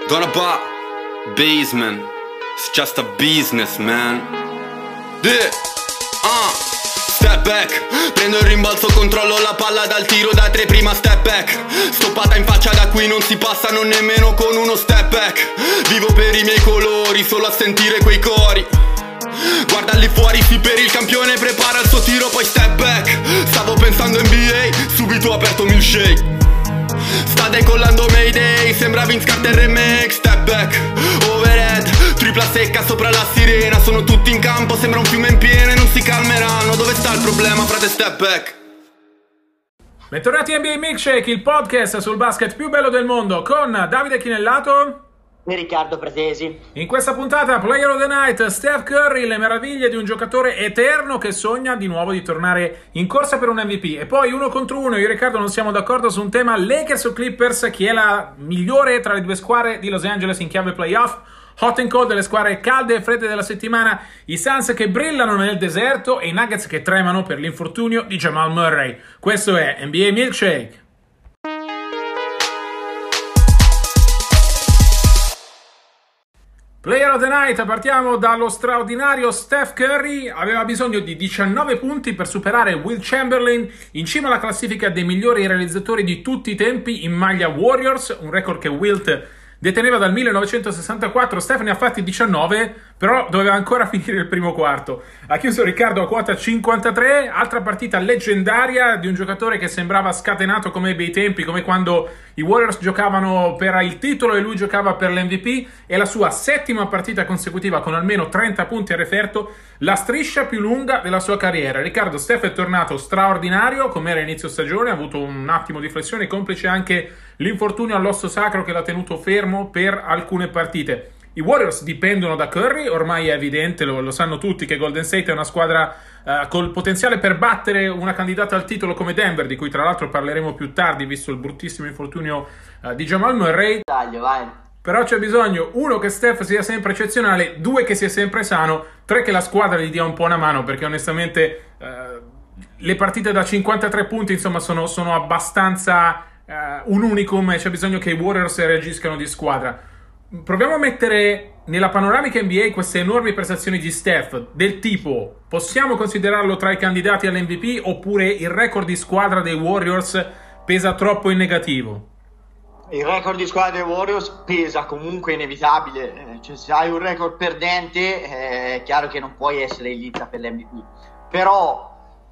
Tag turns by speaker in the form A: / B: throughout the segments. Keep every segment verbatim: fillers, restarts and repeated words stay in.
A: Gonna buy basement. It's just a business, man. Yeah. Uh. Step back, prendo il rimbalzo, controllo la palla dal tiro da tre, prima step back. Stoppata in faccia, da qui non si passa non nemmeno con uno step back. Vivo per i miei colori, solo a sentire quei cori. Guarda lì fuori, sì, per il campione, prepara il suo tiro, poi step back. Stavo pensando N B A, subito ho aperto milkshake. Sta decollando Mayday, sembra Vince Carter remake. Step back, overhead, tripla secca sopra la sirena. Sono tutti in campo, sembra un fiume in piena e non si calmeranno. Dove sta il problema, frate? Step back.
B: Bentornati a N B A Milkshake, il podcast sul basket più bello del mondo, con Davide Chinellato
C: e Riccardo Pratesi.
B: In questa puntata, Player of the Night, Steph Curry, le meraviglie di un giocatore eterno che sogna di nuovo di tornare in corsa per un M V P. E poi uno contro uno, io e Riccardo non siamo d'accordo su un tema: Lakers o Clippers, chi è la migliore tra le due squadre di Los Angeles in chiave playoff. Hot and cold, delle squadre calde e fredde della settimana, i Suns che brillano nel deserto e i Nuggets che tremano per l'infortunio di Jamal Murray. Questo è N B A Milkshake. Player of the Night, partiamo dallo straordinario Steph Curry. Aveva bisogno di diciannove punti per superare Wilt Chamberlain in cima alla classifica dei migliori realizzatori di tutti i tempi in maglia Warriors, un record che Wilt deteneva dal millenovecentosessantaquattro. Steph ne ha fatti diciannove, però doveva ancora finire il primo quarto. Ha chiuso Riccardo a quota cinquantatré, altra partita leggendaria di un giocatore che sembrava scatenato come ai bei tempi, come quando i Warriors giocavano per il titolo e lui giocava per l'M V P. È la sua settima partita consecutiva con almeno trenta punti a referto, la striscia più lunga della sua carriera. Riccardo, Steph è tornato straordinario come era inizio stagione, ha avuto un attimo di flessione, complice anche l'infortunio all'osso sacro che l'ha tenuto fermo per alcune partite. I Warriors dipendono da Curry, ormai è evidente, lo, lo sanno tutti, che Golden State è una squadra uh, col potenziale per battere una candidata al titolo come Denver, di cui tra l'altro parleremo più tardi, visto il bruttissimo infortunio uh, di Jamal Murray.
C: Taglio, vai.
B: Però c'è bisogno, uno, che Steph sia sempre eccezionale, due, che sia sempre sano, tre, che la squadra gli dia un po' una mano, perché onestamente uh, le partite da cinquantatré punti, insomma, sono, sono abbastanza uh, un unicum e c'è bisogno che i Warriors reagiscano di squadra. Proviamo a mettere nella panoramica N B A queste enormi prestazioni di Steph, del tipo: possiamo considerarlo tra i candidati all'M V P, oppure il record di squadra dei Warriors pesa troppo in negativo?
C: Il record di squadra dei Warriors pesa comunque, inevitabile. Cioè, se hai un record perdente è chiaro che non puoi essere in lizza per l'M V P, però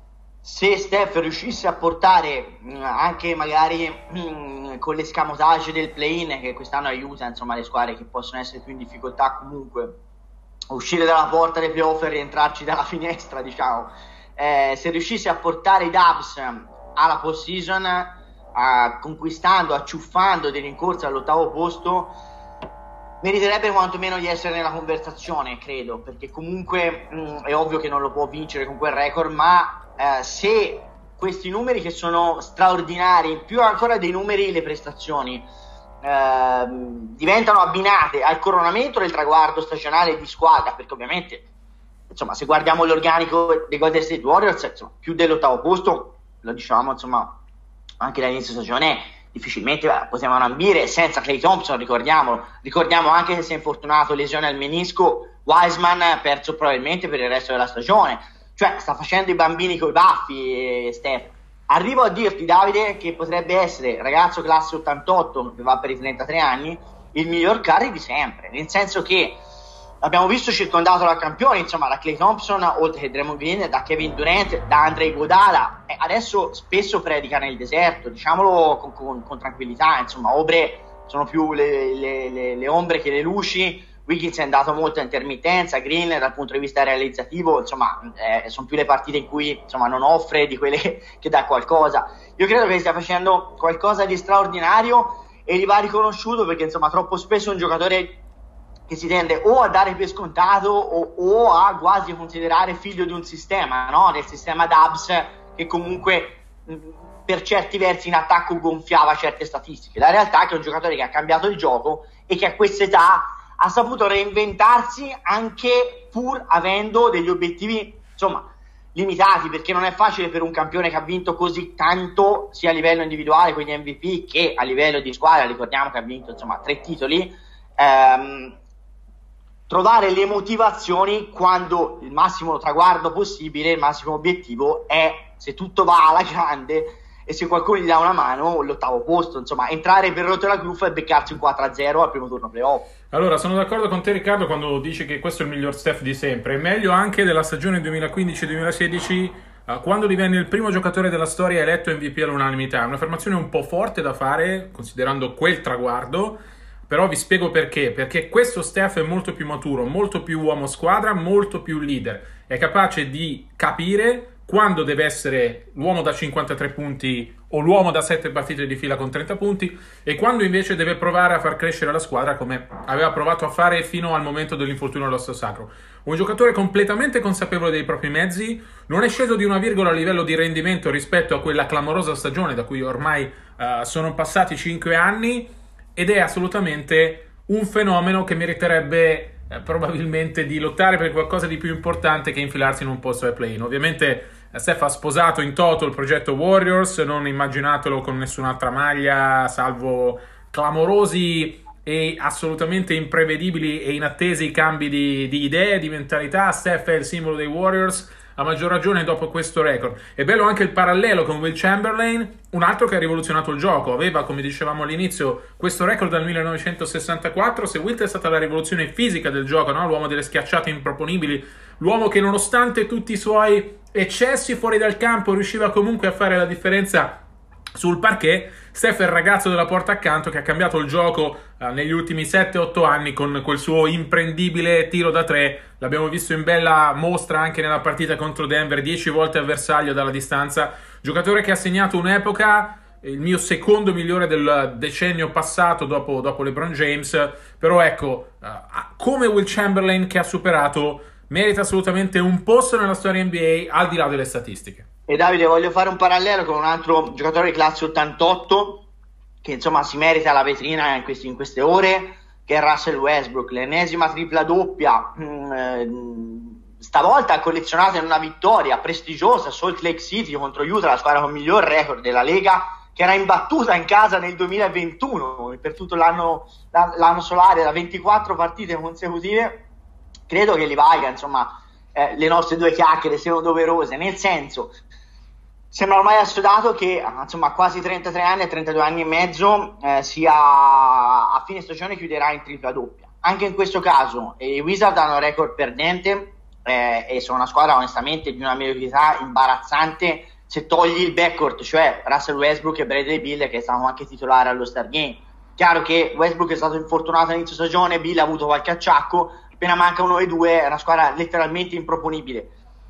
C: se Steph riuscisse a portare anche magari mh, con l'escamotage del play-in, che quest'anno aiuta insomma le squadre che possono essere più in difficoltà comunque, uscire dalla porta dei playoff e rientrarci dalla finestra, diciamo, eh, se riuscisse a portare i Dubs alla post-season, eh, conquistando, acciuffando dei rincorsi all'ottavo posto, meriterebbe quantomeno di essere nella conversazione, credo, perché comunque mh, è ovvio che non lo può vincere con quel record, ma Uh, se questi numeri, che sono straordinari, più ancora dei numeri, le prestazioni uh, diventano abbinate al coronamento del traguardo stagionale di squadra, perché ovviamente insomma se guardiamo l'organico dei Golden State Warriors, insomma, più dell'ottavo posto, lo diciamo insomma anche dall'inizio stagione, difficilmente potevano ambire senza Klay Thompson, ricordiamolo. Ricordiamo anche che si è infortunato, lesione al menisco, Wiseman perso probabilmente per il resto della stagione. Cioè sta facendo i bambini coi baffi, eh, Steph. Arrivo a dirti, Davide, che potrebbe essere, ragazzo classe ottantotto, che va per i trentatré anni, il miglior Curry di sempre, nel senso che l'abbiamo visto circondato da campioni, insomma, da Klay Thompson, oltre che Draymond Green, da Kevin Durant, da Andre Iguodala, e adesso spesso predica nel deserto, diciamolo con, con, con tranquillità, insomma, ombre sono più le, le, le, le ombre che le luci. Wiggins è andato molto a intermittenza, Green dal punto di vista realizzativo, insomma, eh, sono più le partite in cui insomma non offre di quelle che dà qualcosa. Io credo che stia facendo qualcosa di straordinario e gli va riconosciuto, perché insomma troppo spesso è un giocatore che si tende o a dare per scontato o, o a quasi considerare figlio di un sistema, no? Del sistema Dubs, che comunque mh, per certi versi in attacco gonfiava certe statistiche. La realtà è che è un giocatore che ha cambiato il gioco e che a quest'età ha saputo reinventarsi, anche pur avendo degli obiettivi insomma limitati, perché non è facile per un campione che ha vinto così tanto sia a livello individuale con gli M V P che a livello di squadra. Ricordiamo che ha vinto insomma tre titoli, ehm, trovare le motivazioni quando il massimo traguardo possibile, il massimo obiettivo è, se tutto va alla grande e se qualcuno gli dà una mano, l'ottavo posto, insomma, entrare per rotto la gruffa e beccarsi un quattro a zero al primo turno playoff.
B: Allora, sono d'accordo con te, Riccardo, quando dici che questo è il miglior Steph di sempre. È meglio anche della stagione duemilaquindici duemilasedici, uh, quando divenne il primo giocatore della storia eletto M V P all'unanimità. È un'affermazione un po' forte da fare, considerando quel traguardo, però vi spiego perché. Perché questo Steph è molto più maturo, molto più uomo squadra, molto più leader. È capace di capire quando deve essere l'uomo da cinquantatré punti o l'uomo da sette partite di fila con trenta punti e quando invece deve provare a far crescere la squadra, come aveva provato a fare fino al momento dell'infortunio all'osso sacro. Un giocatore completamente consapevole dei propri mezzi, non è sceso di una virgola a livello di rendimento rispetto a quella clamorosa stagione da cui ormai uh, sono passati cinque anni, ed è assolutamente un fenomeno che meriterebbe eh, probabilmente di lottare per qualcosa di più importante che infilarsi in un posto ai play-in. Ovviamente eh, Steph ha sposato in toto il progetto Warriors, non immaginatelo con nessun'altra maglia, salvo clamorosi e assolutamente imprevedibili e inattesi cambi di, di idee, di mentalità. Steph è il simbolo dei Warriors, a maggior ragione dopo questo record. È bello anche il parallelo con Will Chamberlain, un altro che ha rivoluzionato il gioco. Aveva, come dicevamo all'inizio, questo record dal millenovecentosessantaquattro. Se Wilt è stata la rivoluzione fisica del gioco, no? L'uomo delle schiacciate improponibili, l'uomo che nonostante tutti i suoi eccessi fuori dal campo riusciva comunque a fare la differenza sul parquet, Steph è il ragazzo della porta accanto che ha cambiato il gioco eh, negli ultimi sette otto anni con quel suo imprendibile tiro da tre. L'abbiamo visto in bella mostra anche nella partita contro Denver, dieci volte avversario dalla distanza. Giocatore che ha segnato un'epoca, il mio secondo migliore del decennio passato dopo, dopo LeBron James. Però ecco, eh, come Will Chamberlain, che ha superato, merita assolutamente un posto nella storia N B A al di là delle statistiche.
C: E Davide, voglio fare un parallelo con un altro giocatore di classe ottantotto che insomma si merita la vetrina in, questi, in queste ore, che è Russell Westbrook. L'ennesima tripla doppia, mh, stavolta collezionata in una vittoria prestigiosa a Salt Lake City contro Utah, la squadra con il miglior record della Lega, che era imbattuta in casa nel duemilaventuno per tutto l'anno, l'anno solare, da ventiquattro partite consecutive. Credo che li valga, insomma, eh, le nostre due chiacchiere siano doverose, nel senso, sembra ormai assodato che insomma a quasi trentatré anni e trentadue anni e mezzo eh, sia a fine stagione chiuderà in tripla doppia. Anche in questo caso eh, i Wizards hanno un record perdente eh, e sono una squadra onestamente di una mediocrità imbarazzante se togli il backcourt, cioè Russell Westbrook e Bradley Beal, che stavano anche titolari allo Star Game. Chiaro che Westbrook è stato infortunato all'inizio stagione, Beal ha avuto qualche acciacco, appena manca uno e due è una squadra letteralmente improponibile.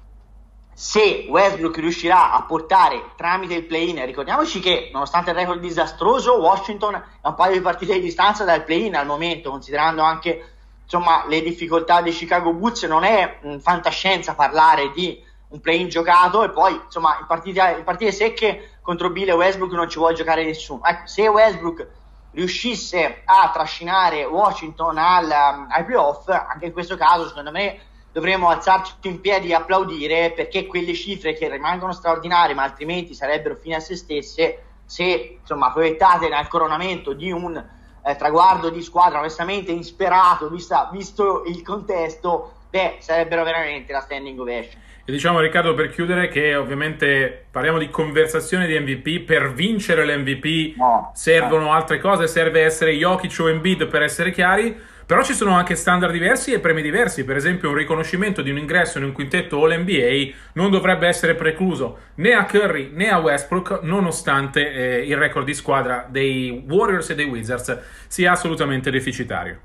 C: Se Westbrook riuscirà a portare tramite il play-in, ricordiamoci che nonostante il record disastroso, Washington è un paio di partite di distanza dal play-in al momento, considerando anche insomma le difficoltà dei Chicago Bulls. Non è mh, fantascienza parlare di un play-in giocato, e poi insomma in partite, in partite secche contro Beal e Westbrook non ci vuole giocare nessuno. Ecco, se Westbrook riuscisse a trascinare Washington al, um, ai playoff, anche in questo caso secondo me dovremmo alzarci in piedi e applaudire, perché quelle cifre che rimangono straordinarie ma altrimenti sarebbero fine a se stesse, se insomma proiettate nel coronamento di un eh, traguardo di squadra onestamente insperato, vista, visto il contesto, beh, sarebbero veramente la standing ovation.
B: E diciamo, Riccardo, per chiudere, che ovviamente parliamo di conversazione di M V P. Per vincere l'M V P no, servono no. altre cose, serve essere Jokic o Embiid, per essere chiari, però ci sono anche standard diversi e premi diversi. Per esempio un riconoscimento di un ingresso in un quintetto All N B A non dovrebbe essere precluso né a Curry né a Westbrook, nonostante eh, il record di squadra dei Warriors e dei Wizards sia assolutamente deficitario.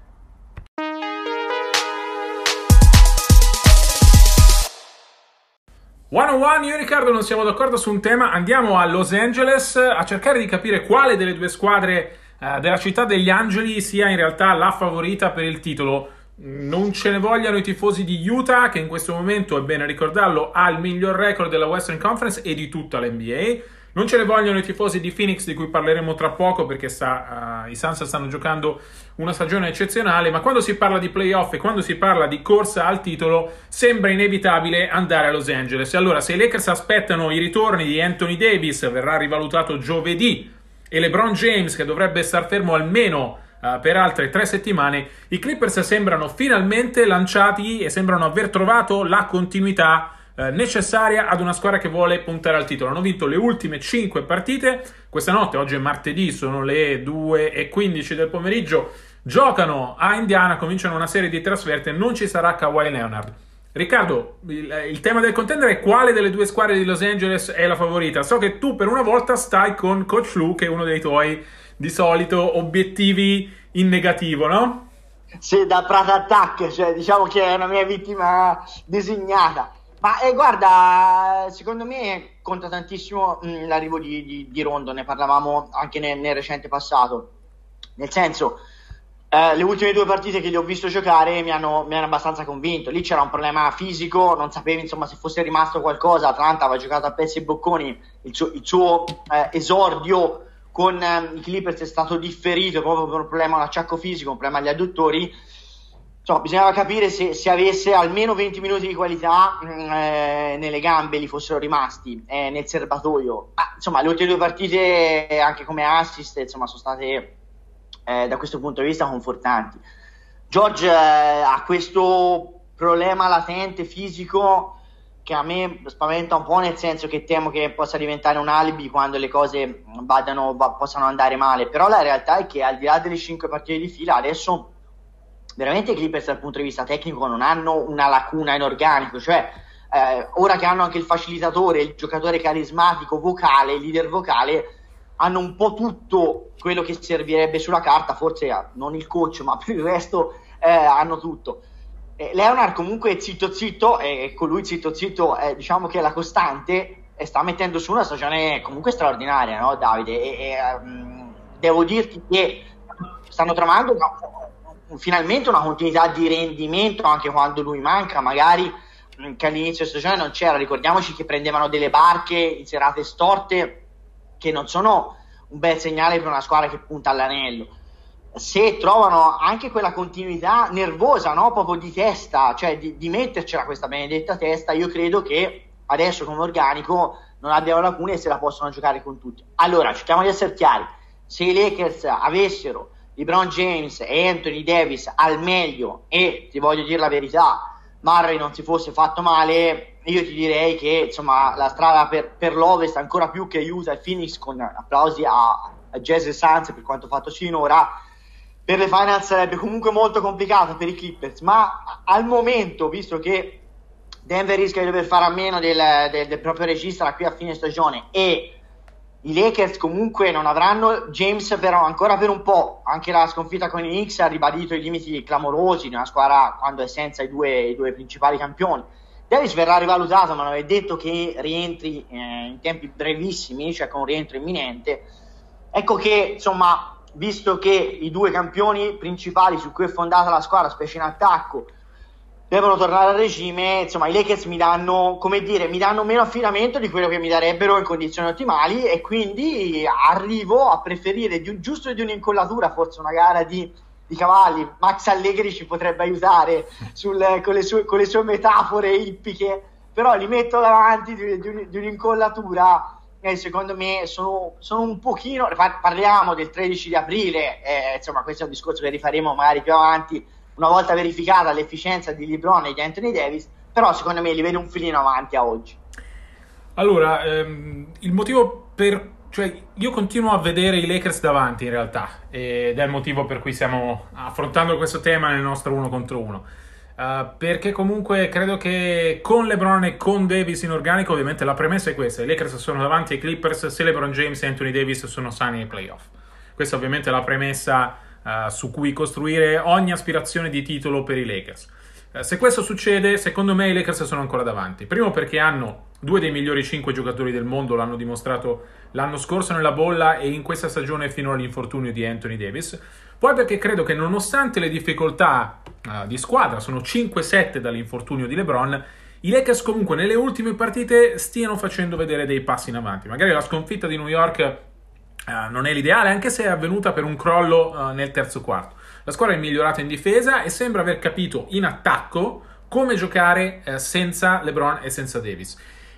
B: uno oh uno, io e Riccardo non siamo d'accordo su un tema. Andiamo a Los Angeles a cercare di capire quale delle due squadre eh, della città degli angeli sia in realtà la favorita per il titolo. Non ce ne vogliano i tifosi di Utah, che in questo momento, è bene ricordarlo, ha il miglior record della Western Conference e di tutta l'N B A. Non ce ne vogliono i tifosi di Phoenix, di cui parleremo tra poco, perché sta, uh, i Suns stanno giocando una stagione eccezionale, ma quando si parla di playoff e quando si parla di corsa al titolo sembra inevitabile andare a Los Angeles. Allora, se i Lakers aspettano i ritorni di Anthony Davis, verrà rivalutato giovedì, e LeBron James, che dovrebbe star fermo almeno uh, per altre tre settimane, i Clippers sembrano finalmente lanciati e sembrano aver trovato la continuità uh, necessaria ad una squadra che vuole puntare al titolo. Hanno vinto le ultime cinque partite, questa notte, oggi è martedì, sono le due e quindici del pomeriggio, giocano a Indiana, cominciano una serie di trasferte, non ci sarà Kawhi Leonard. Riccardo, il, il tema del contender è quale delle due squadre di Los Angeles è la favorita. So che tu per una volta stai con Coach Lue, che è uno dei tuoi di solito obiettivi in negativo, no?
C: Sì, da Prat Attack, cioè diciamo che è una mia vittima designata. Ma eh, guarda, secondo me conta tantissimo mh, l'arrivo di, di, di Rondo, ne parlavamo anche nel, nel recente passato, nel senso... Uh, le ultime due partite che li ho visto giocare mi hanno, mi hanno abbastanza convinto. Lì c'era un problema fisico, non sapevi insomma se fosse rimasto qualcosa. Atlanta aveva giocato a pezzi e bocconi, il suo, il suo uh, esordio con um, i Clippers è stato differito proprio per un problema, un acciacco fisico, un problema agli adduttori. Insomma, bisognava capire se, se avesse almeno venti minuti di qualità mh, eh, nelle gambe gli fossero rimasti eh, nel serbatoio. Ma insomma le ultime due partite anche come assist insomma sono state Eh, da questo punto di vista confortanti. George eh, ha questo problema latente fisico che a me spaventa un po', nel senso che temo che possa diventare un alibi quando le cose vadano, va, possano andare male, però la realtà è che al di là delle cinque partite di fila adesso veramente i Clippers dal punto di vista tecnico non hanno una lacuna in organico, cioè eh, ora che hanno anche il facilitatore, il giocatore carismatico vocale, il leader vocale, hanno un po' tutto quello che servirebbe sulla carta, forse non il coach, ma per il resto eh, hanno tutto. Eh, Leonard comunque zitto zitto, e eh, con lui zitto zitto eh, diciamo che è la costante, e sta mettendo su una stagione comunque straordinaria, no Davide? E, e, um, devo dirti che stanno tramando una, finalmente una continuità di rendimento anche quando lui manca, magari mh, che all'inizio stagione non c'era. Ricordiamoci che prendevano delle barche in serate storte, che non sono un bel segnale per una squadra che punta all'anello. Se trovano anche quella continuità nervosa, no? Proprio di testa, cioè di, di mettercela questa benedetta testa, io credo che adesso come organico non abbiano lacune e se la possono giocare con tutti. Allora, cerchiamo di essere chiari: se i Lakers avessero LeBron James e Anthony Davis al meglio e, ti voglio dire la verità, Murray non si fosse fatto male, io ti direi che insomma la strada per, per l'Ovest, ancora più che Utah e Phoenix, con applausi a, a Jazz e Suns per quanto fatto sinora, per le finals sarebbe comunque molto complicata per i Clippers. Ma al momento, visto che Denver rischia di dover fare a meno del, del, del proprio regista da qui a fine stagione e i Lakers comunque non avranno James però ancora per un po', anche la sconfitta con i Knicks ha ribadito i limiti clamorosi di una squadra quando è senza i due, i due principali campioni. Davis verrà rivalutato, ma non è detto che rientri eh, in tempi brevissimi, cioè con un rientro imminente. Ecco che, insomma, visto che i due campioni principali su cui è fondata la squadra, specie in attacco, devono tornare al regime, insomma, i Lakers mi danno, come dire, mi danno meno affidamento di quello che mi darebbero in condizioni ottimali, e quindi arrivo a preferire di un, giusto di un'incollatura, forse una gara di... di cavalli. Max Allegri ci potrebbe aiutare sul, con, le sue, con le sue metafore ippiche, però li metto davanti di, di, un, di un'incollatura e secondo me sono, sono un pochino, parliamo del tredici di aprile, eh, insomma questo è un discorso che rifaremo magari più avanti una volta verificata l'efficienza di LeBron e di Anthony Davis, però secondo me li vedo un filino avanti a oggi.
B: Allora, ehm, il motivo per Cioè, io continuo a vedere i Lakers davanti in realtà, ed è il motivo per cui stiamo affrontando questo tema nel nostro uno contro uno. Uh, perché comunque credo che con LeBron e con Davis in organico, ovviamente la premessa è questa: i Lakers sono davanti ai Clippers se LeBron James e Anthony Davis sono sani nei playoff. Questa ovviamente è la premessa uh, su cui costruire ogni aspirazione di titolo per i Lakers. Uh, se questo succede, secondo me i Lakers sono ancora davanti. Primo perché hanno due dei migliori cinque giocatori del mondo, l'hanno dimostrato l'anno scorso nella bolla e in questa stagione fino all'infortunio di Anthony Davis. Poi perché credo che nonostante le difficoltà uh, di squadra, sono cinque sette dall'infortunio di LeBron, i Lakers comunque nelle ultime partite stiano facendo vedere dei passi in avanti. Magari la sconfitta di New York uh, non è l'ideale, anche se è avvenuta per un crollo uh, nel terzo quarto. La squadra è migliorata in difesa e sembra aver capito in attacco come giocare uh, senza LeBron e senza Davis.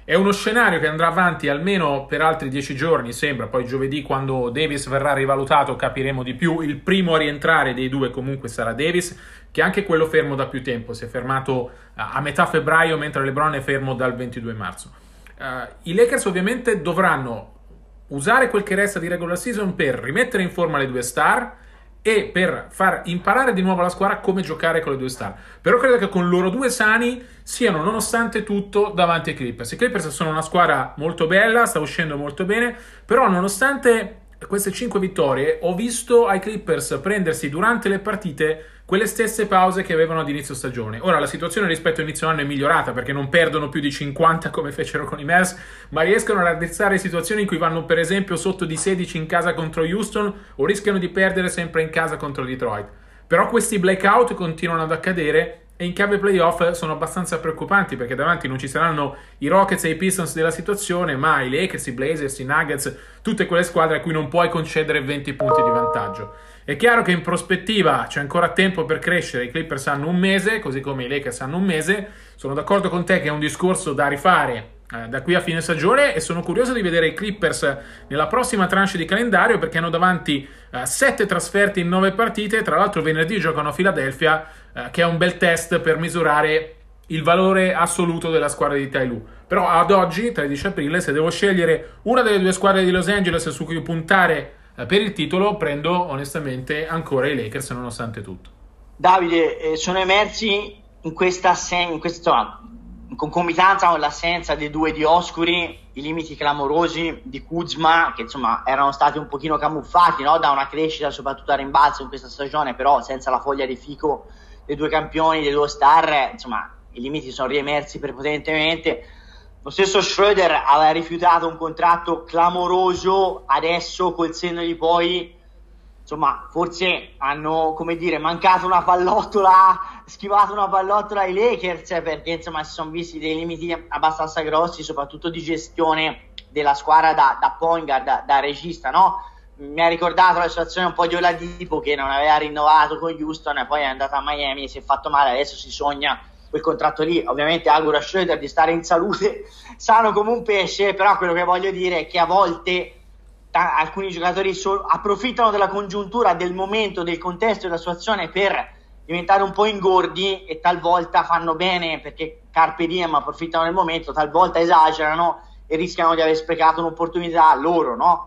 B: È uno scenario che andrà avanti almeno per altri dieci giorni, sembra. Poi giovedì, quando Davis verrà rivalutato, capiremo di più. Il primo a rientrare dei due comunque sarà Davis, che anche quello fermo da più tempo. Si è fermato a metà febbraio, mentre LeBron è fermo dal ventidue marzo. Uh, I Lakers ovviamente dovranno usare quel che resta di regular season per rimettere in forma le due star e per far imparare di nuovo la squadra come giocare con le due star. Però credo che con loro due sani siano nonostante tutto davanti ai Clippers. I Clippers sono una squadra molto bella, sta uscendo molto bene, però nonostante queste cinque vittorie ho visto ai Clippers prendersi durante le partite quelle stesse pause che avevano ad inizio stagione. Ora la situazione rispetto a inizio anno è migliorata, perché non perdono più di cinquanta come fecero con i Mavs, ma riescono a raddrizzare situazioni in cui vanno per esempio sotto di sedici in casa contro Houston o rischiano di perdere sempre in casa contro Detroit. Però questi blackout continuano ad accadere e in chiave playoff sono abbastanza preoccupanti, perché davanti non ci saranno i Rockets e i Pistons della situazione, ma i Lakers, i Blazers, i Nuggets, tutte quelle squadre a cui non puoi concedere venti punti di vantaggio. È chiaro che in prospettiva c'è ancora tempo per crescere. I Clippers hanno un mese, così come i Lakers hanno un mese. Sono d'accordo con te che è un discorso da rifare eh, da qui a fine stagione, e sono curioso di vedere i Clippers nella prossima tranche di calendario, perché hanno davanti eh, sette trasferte in nove partite. Tra l'altro venerdì giocano a Philadelphia, eh, che è un bel test per misurare il valore assoluto della squadra di Ty Lue. Però ad oggi, tredici aprile, se devo scegliere una delle due squadre di Los Angeles su cui puntare per il titolo, prendo onestamente ancora i Lakers nonostante tutto.
C: Davide, eh, sono emersi in questa, assen- in questa in concomitanza con l'assenza dei due Dioscuri i limiti clamorosi di Kuzma, che insomma erano stati un pochino camuffati, no? Da una crescita soprattutto a rimbalzo in questa stagione, però senza la foglia di fico dei due campioni, dei due star, insomma i limiti sono riemersi prepotentemente. Lo stesso Schroeder aveva rifiutato un contratto clamoroso, adesso col senno di poi, insomma, forse hanno, come dire, mancato una pallottola, schivato una pallottola ai Lakers, perché insomma si sono visti dei limiti abbastanza grossi, soprattutto di gestione della squadra da, da point guard, da, da regista, no? Mi ha ricordato la situazione un po' di Oladipo, che non aveva rinnovato con Houston e poi è andata a Miami, si è fatto male, adesso si sogna quel contratto lì. Ovviamente auguro a Schroeder di stare in salute, sano come un pesce, però quello che voglio dire è che a volte t- alcuni giocatori so- approfittano della congiuntura, del momento, del contesto, della situazione per diventare un po' ingordi, e talvolta fanno bene perché carpe diem, approfittano del momento, talvolta esagerano e rischiano di aver sprecato un'opportunità loro, no?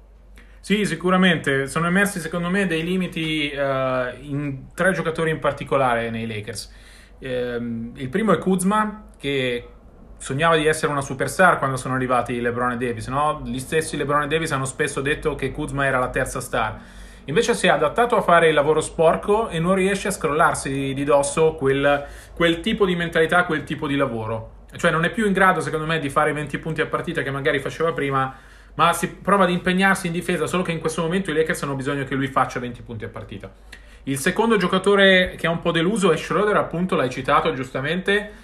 B: Sì, sicuramente. Sono emersi secondo me dei limiti uh, in tre giocatori in particolare nei Lakers. Uh, il primo è Kuzma, che sognava di essere una superstar quando sono arrivati LeBron e Davis, no? Gli stessi LeBron e Davis hanno spesso detto che Kuzma era la terza star. Invece si è adattato a fare il lavoro sporco e non riesce a scrollarsi di dosso quel, quel tipo di mentalità, quel tipo di lavoro. Cioè non è più in grado, secondo me, di fare venti punti a partita che magari faceva prima, ma si prova ad impegnarsi in difesa, solo che in questo momento i Lakers hanno bisogno che lui faccia venti punti a partita. Il secondo giocatore che è un po' deluso è Schroeder, appunto, l'hai citato giustamente.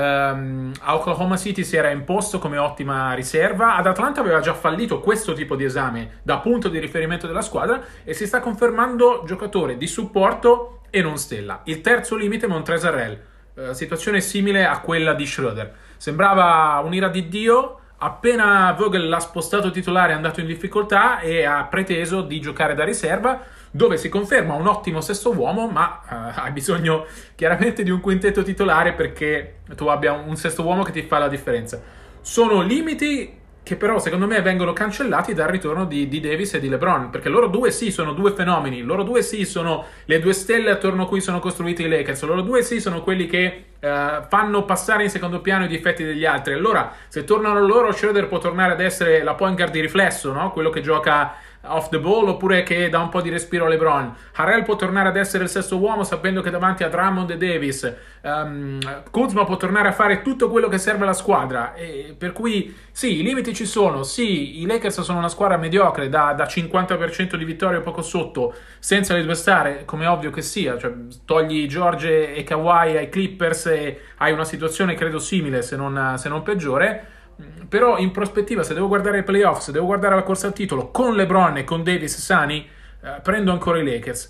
B: Um, a Oklahoma City si era imposto come ottima riserva, ad Atlanta aveva già fallito questo tipo di esame da punto di riferimento della squadra e si sta confermando giocatore di supporto e non stella. Il terzo limite è Montrezl Harrell, uh, situazione simile a quella di Schroeder. Sembrava un'ira di Dio, appena Vogel l'ha spostato titolare è andato in difficoltà e ha preteso di giocare da riserva, dove si conferma un ottimo sesto uomo, ma uh, hai bisogno chiaramente di un quintetto titolare perché tu abbia un sesto uomo che ti fa la differenza. Sono limiti che però secondo me vengono cancellati dal ritorno di, di Davis e di LeBron, perché loro due sì sono due fenomeni, loro due sì sono le due stelle attorno a cui sono costruiti i Lakers, loro due sì sono quelli che uh, fanno passare in secondo piano i difetti degli altri. Allora se tornano loro, Schroeder può tornare ad essere la point guard di riflesso, no? Quello che gioca off the ball, oppure che dà un po' di respiro a LeBron. Harrell può tornare ad essere il sesto uomo sapendo che davanti a Drummond e Davis. um, Kuzma può tornare a fare tutto quello che serve alla squadra, e per cui sì, i limiti ci sono. Sì, i Lakers sono una squadra mediocre da, da cinquanta per cento di vittorie o poco sotto, senza le due star, come ovvio che sia. Cioè, togli George e Kawhi ai Clippers e hai una situazione credo simile, se non, se non peggiore. Però in prospettiva, se devo guardare i playoff, se devo guardare la corsa al titolo con LeBron e con Davis sani, eh, prendo ancora i Lakers.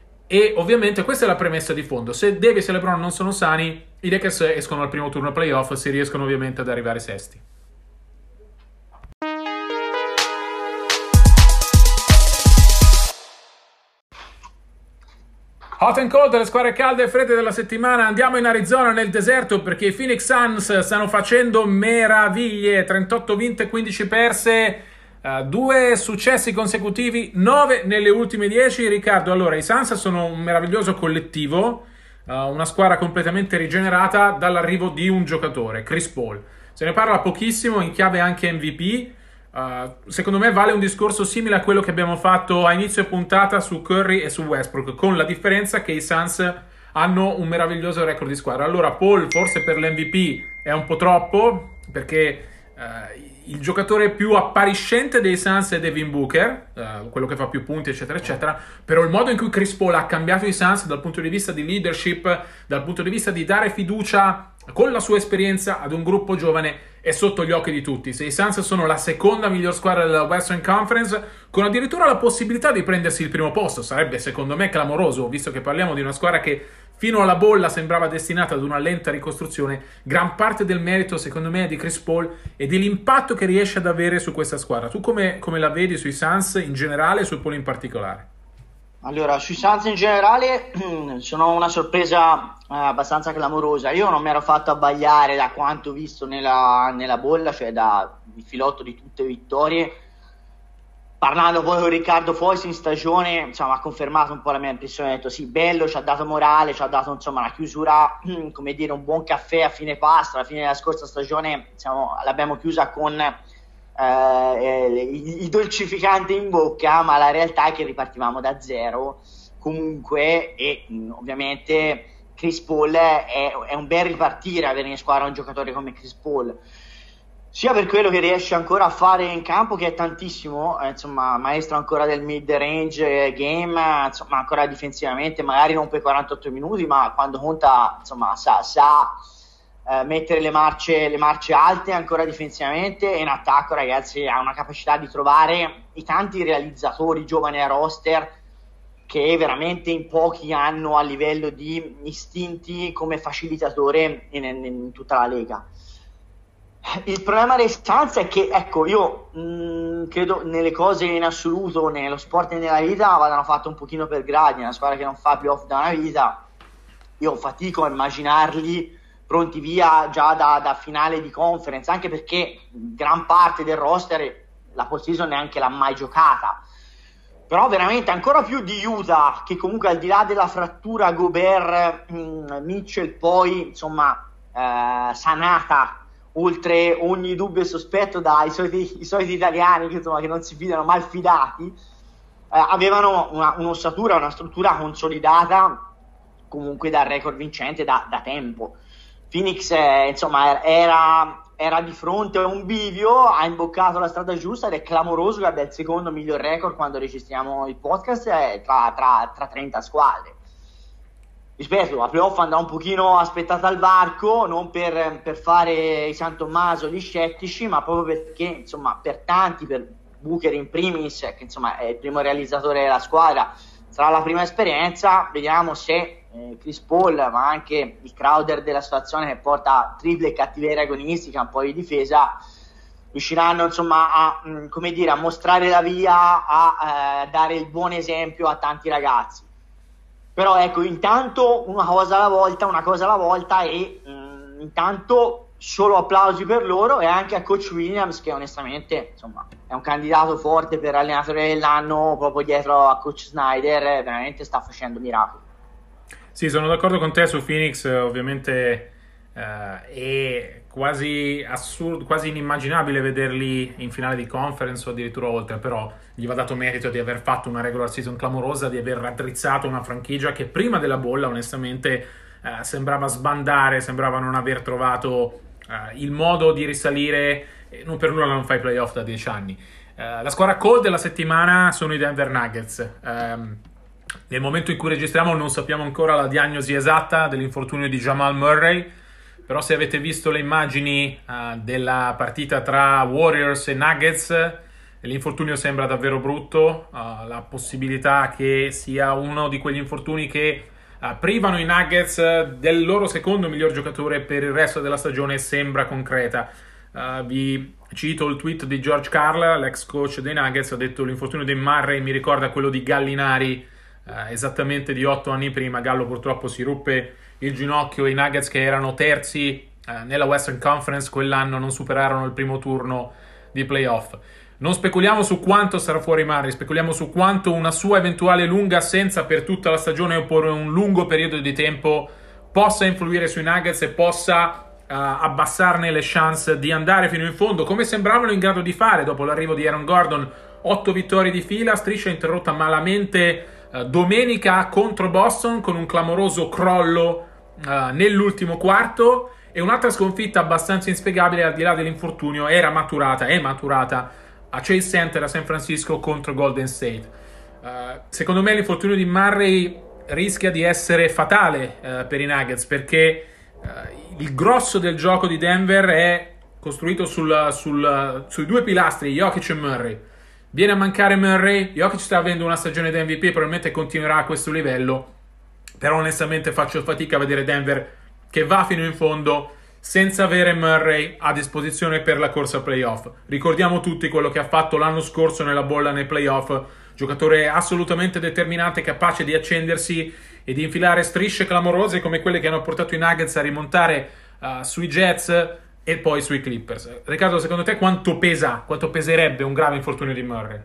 B: E ovviamente questa è la premessa di fondo: se Davis e LeBron non sono sani, i Lakers escono al primo turno playoff, si riescono ovviamente ad arrivare sesti. Hot and cold, le squadre calde e fredde della settimana. Andiamo in Arizona, nel deserto, perché i Phoenix Suns stanno facendo meraviglie. trentotto vinte, quindici perse, uh, due successi consecutivi, nove nelle ultime dieci. Riccardo, allora, i Suns sono un meraviglioso collettivo, uh, una squadra completamente rigenerata dall'arrivo di un giocatore, Chris Paul. Se ne parla pochissimo, in chiave anche M V P. Uh, secondo me vale un discorso simile a quello che abbiamo fatto a inizio puntata su Curry e su Westbrook, con la differenza che i Suns hanno un meraviglioso record di squadra. Allora Paul forse per l'M V P è un po' troppo, perché uh, il giocatore più appariscente dei Suns è Devin Booker, uh, quello che fa più punti eccetera eccetera, però il modo in cui Chris Paul ha cambiato i Suns dal punto di vista di leadership, dal punto di vista di dare fiducia con la sua esperienza ad un gruppo giovane, è sotto gli occhi di tutti. Se i Suns sono la seconda miglior squadra della Western Conference, con addirittura la possibilità di prendersi il primo posto, sarebbe secondo me clamoroso, visto che parliamo di una squadra che fino alla bolla sembrava destinata ad una lenta ricostruzione. Gran parte del merito secondo me è di Chris Paul e dell'impatto che riesce ad avere su questa squadra. Tu come, come la vedi sui Suns in generale e su Paul in particolare?
C: Allora, sui Suns in generale sono una sorpresa eh, abbastanza clamorosa. Io non mi ero fatto abbagliare da quanto visto nella, nella bolla, cioè da il filotto di tutte le vittorie. Parlando poi con Riccardo Fois in stagione, insomma, ha confermato un po' la mia impressione. Ha detto sì, bello, ci ha dato morale, ci ha dato insomma una chiusura, come dire, un buon caffè a fine pasto. Alla fine della scorsa stagione, diciamo, l'abbiamo chiusa con Uh, il dolcificante in bocca, ma la realtà è che ripartivamo da zero comunque, e mh, ovviamente Chris Paul è, è un bel ripartire avere in squadra un giocatore come Chris Paul, sia per quello che riesce ancora a fare in campo, che è tantissimo, eh, insomma, maestro ancora del mid range game, insomma, ancora difensivamente, magari non per quarantotto minuti, ma quando conta, insomma, sa, sa Uh, mettere le marce, le marce alte ancora difensivamente, e in attacco, ragazzi, ha una capacità di trovare i tanti realizzatori giovani a roster che veramente in pochi hanno a livello di istinti come facilitatore in, in, in tutta la Lega. Il problema dei Suns è che, ecco, io mh, credo nelle cose in assoluto, nello sport e nella vita, vadano fatte un pochino per gradi. Una squadra che non fa playoff da una vita, io fatico a immaginarli pronti via già da, da finale di conference, anche perché gran parte del roster la postseason neanche l'ha mai giocata. Però veramente ancora più di Utah, che comunque al di là della frattura Gobert mh, Mitchell poi insomma eh, sanata oltre ogni dubbio e sospetto dai soliti, i soliti italiani che, insomma, che non si fidano, mal fidati, eh, avevano una, un'ossatura, una struttura consolidata comunque dal record vincente da, da tempo. Phoenix eh, insomma era, era di fronte a un bivio, ha imboccato la strada giusta ed è clamoroso che abbia il secondo miglior record quando registriamo il podcast eh, tra, tra, tra trenta squadre. Rispetto, la playoff andrà un pochino aspettata al varco, non per, per fare i San Tommaso, gli scettici, ma proprio perché insomma per tanti, per Booker in primis, che insomma è il primo realizzatore della squadra, sarà la prima esperienza. Vediamo se Chris Paul, ma anche il Crowder della situazione, che porta triple e cattiveria agonistica, un po' di difesa, riusciranno insomma a, mh, come dire, a mostrare la via, a eh, dare il buon esempio a tanti ragazzi. Però ecco, intanto una cosa alla volta, una cosa alla volta e mh, intanto solo applausi per loro, e anche a Coach Williams, che onestamente insomma è un candidato forte per allenatore dell'anno proprio dietro a Coach Snyder, veramente sta facendo miracoli.
B: Sì, sono d'accordo con te su Phoenix, ovviamente eh, è quasi assurdo, quasi inimmaginabile vederli in finale di conference o addirittura oltre, però gli va dato merito di aver fatto una regular season clamorosa, di aver raddrizzato una franchigia che prima della bolla onestamente eh, sembrava sbandare, sembrava non aver trovato eh, il modo di risalire, e non per nulla non fa i playoff da dieci anni. Eh, la squadra cold della settimana sono i Denver Nuggets. Um, Nel momento in cui registriamo non sappiamo ancora la diagnosi esatta dell'infortunio di Jamal Murray, però se avete visto le immagini uh, della partita tra Warriors e Nuggets, l'infortunio sembra davvero brutto. Uh, la possibilità che sia uno di quegli infortuni che uh, privano i Nuggets del loro secondo miglior giocatore per il resto della stagione sembra concreta. Uh, vi cito il tweet di George Karl, l'ex coach dei Nuggets, ha detto: l'infortunio di Murray mi ricorda quello di Gallinari eh, esattamente di otto anni prima. Gallo purtroppo si ruppe il ginocchio, i Nuggets che erano terzi eh, nella Western Conference quell'anno non superarono il primo turno di playoff. Non speculiamo su quanto sarà fuori Murray, speculiamo su quanto una sua eventuale lunga assenza per tutta la stagione o per un lungo periodo di tempo possa influire sui Nuggets e possa uh, abbassarne le chance di andare fino in fondo, come sembravano in grado di fare dopo l'arrivo di Aaron Gordon. Otto vittorie di fila, striscia interrotta malamente uh, domenica contro Boston con un clamoroso crollo uh, nell'ultimo quarto, e un'altra sconfitta abbastanza inspiegabile al di là dell'infortunio era maturata, è maturata a Chase Center a San Francisco contro Golden State. Uh, secondo me l'infortunio di Murray rischia di essere fatale uh, per i Nuggets, perché uh, il grosso del gioco di Denver è costruito sul, sul, sui due pilastri, Jokic e Murray. Viene a mancare Murray, Jokic sta avendo una stagione da M V P, probabilmente continuerà a questo livello, però onestamente faccio fatica a vedere Denver che va fino in fondo senza avere Murray a disposizione per la corsa playoff. Ricordiamo tutti quello che ha fatto l'anno scorso nella bolla nei playoff, giocatore assolutamente determinante, capace di accendersi e di infilare strisce clamorose come quelle che hanno portato i Nuggets a rimontare uh, sui Jets e poi sui Clippers. Riccardo, secondo te quanto pesa, quanto peserebbe un grave infortunio di Murray?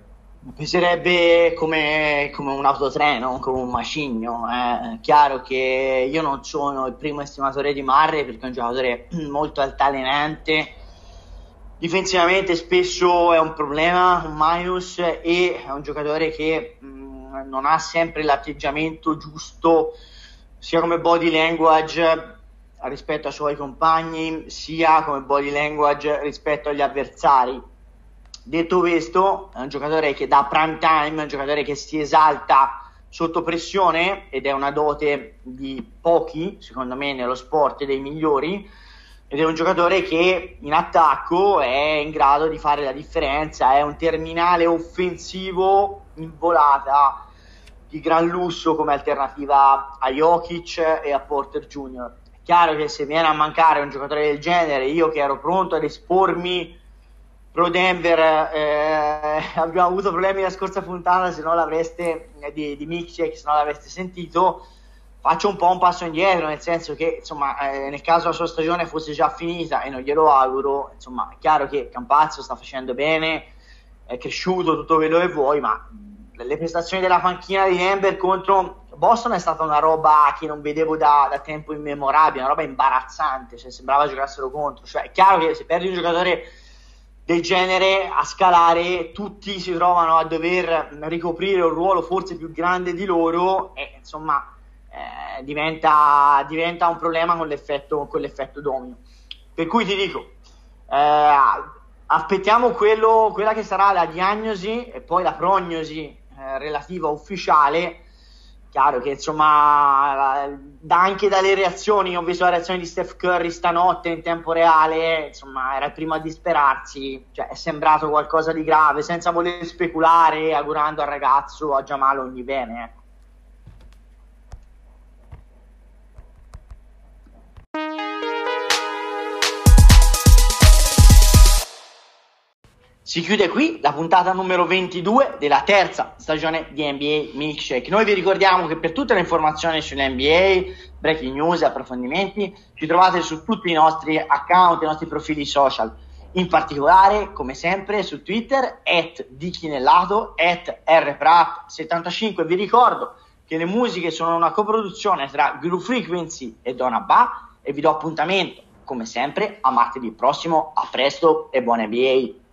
C: Peserebbe come, come un autotreno, come un macigno. È eh. chiaro che io non sono il primo estimatore di Murray, perché è un giocatore molto altalenante, difensivamente spesso è un problema, un minus, e è un giocatore che mh, non ha sempre l'atteggiamento giusto sia come body language rispetto ai suoi compagni, sia come body language rispetto agli avversari. Detto questo, è un giocatore che da prime time, è un giocatore che si esalta sotto pressione, ed è una dote di pochi, secondo me, nello sport, dei migliori, ed è un giocatore che in attacco è in grado di fare la differenza, è un terminale offensivo in volata di gran lusso come alternativa a Jokic e a Porter Junior È chiaro che se viene a mancare un giocatore del genere, io che ero pronto ad espormi pro Denver, eh, abbiamo avuto problemi la scorsa puntata, se non l'avreste di, di Milkshake, se non l'avreste sentito, faccio un po' un passo indietro, nel senso che insomma eh, nel caso la sua stagione fosse già finita, e non glielo auguro, insomma è chiaro che Campazzo sta facendo bene, è cresciuto, tutto quello che vuoi, ma le prestazioni della panchina di Denver contro Boston è stata una roba che non vedevo da, da tempo immemorabile, una roba imbarazzante, cioè sembrava giocassero contro. Cioè è chiaro che se perdi un giocatore del genere a scalare, tutti si trovano a dover ricoprire un ruolo forse più grande di loro, e insomma eh, diventa, diventa un problema con l'effetto, con l'effetto domino. Per cui ti dico, eh, aspettiamo quello, quella che sarà la diagnosi e poi la prognosi eh, relativa ufficiale. Chiaro che insomma da, anche dalle reazioni, ho visto la reazione di Steph Curry stanotte in tempo reale, insomma era il primo a disperarsi, cioè è sembrato qualcosa di grave, senza voler speculare, augurando al ragazzo, a Jamal, ogni bene, ecco. Si chiude qui la puntata numero ventidue della terza stagione di N B A Milkshake. Noi vi ricordiamo che per tutte le informazioni sull'N B A, breaking news e approfondimenti, ci trovate su tutti i nostri account, i nostri profili social. In particolare, come sempre, su Twitter, at dichinellato, at rprap settantacinque. Vi ricordo che le musiche sono una coproduzione tra Groove Frequency e Donna Ba, e vi do appuntamento, come sempre, a martedì prossimo. A presto e buona N B A!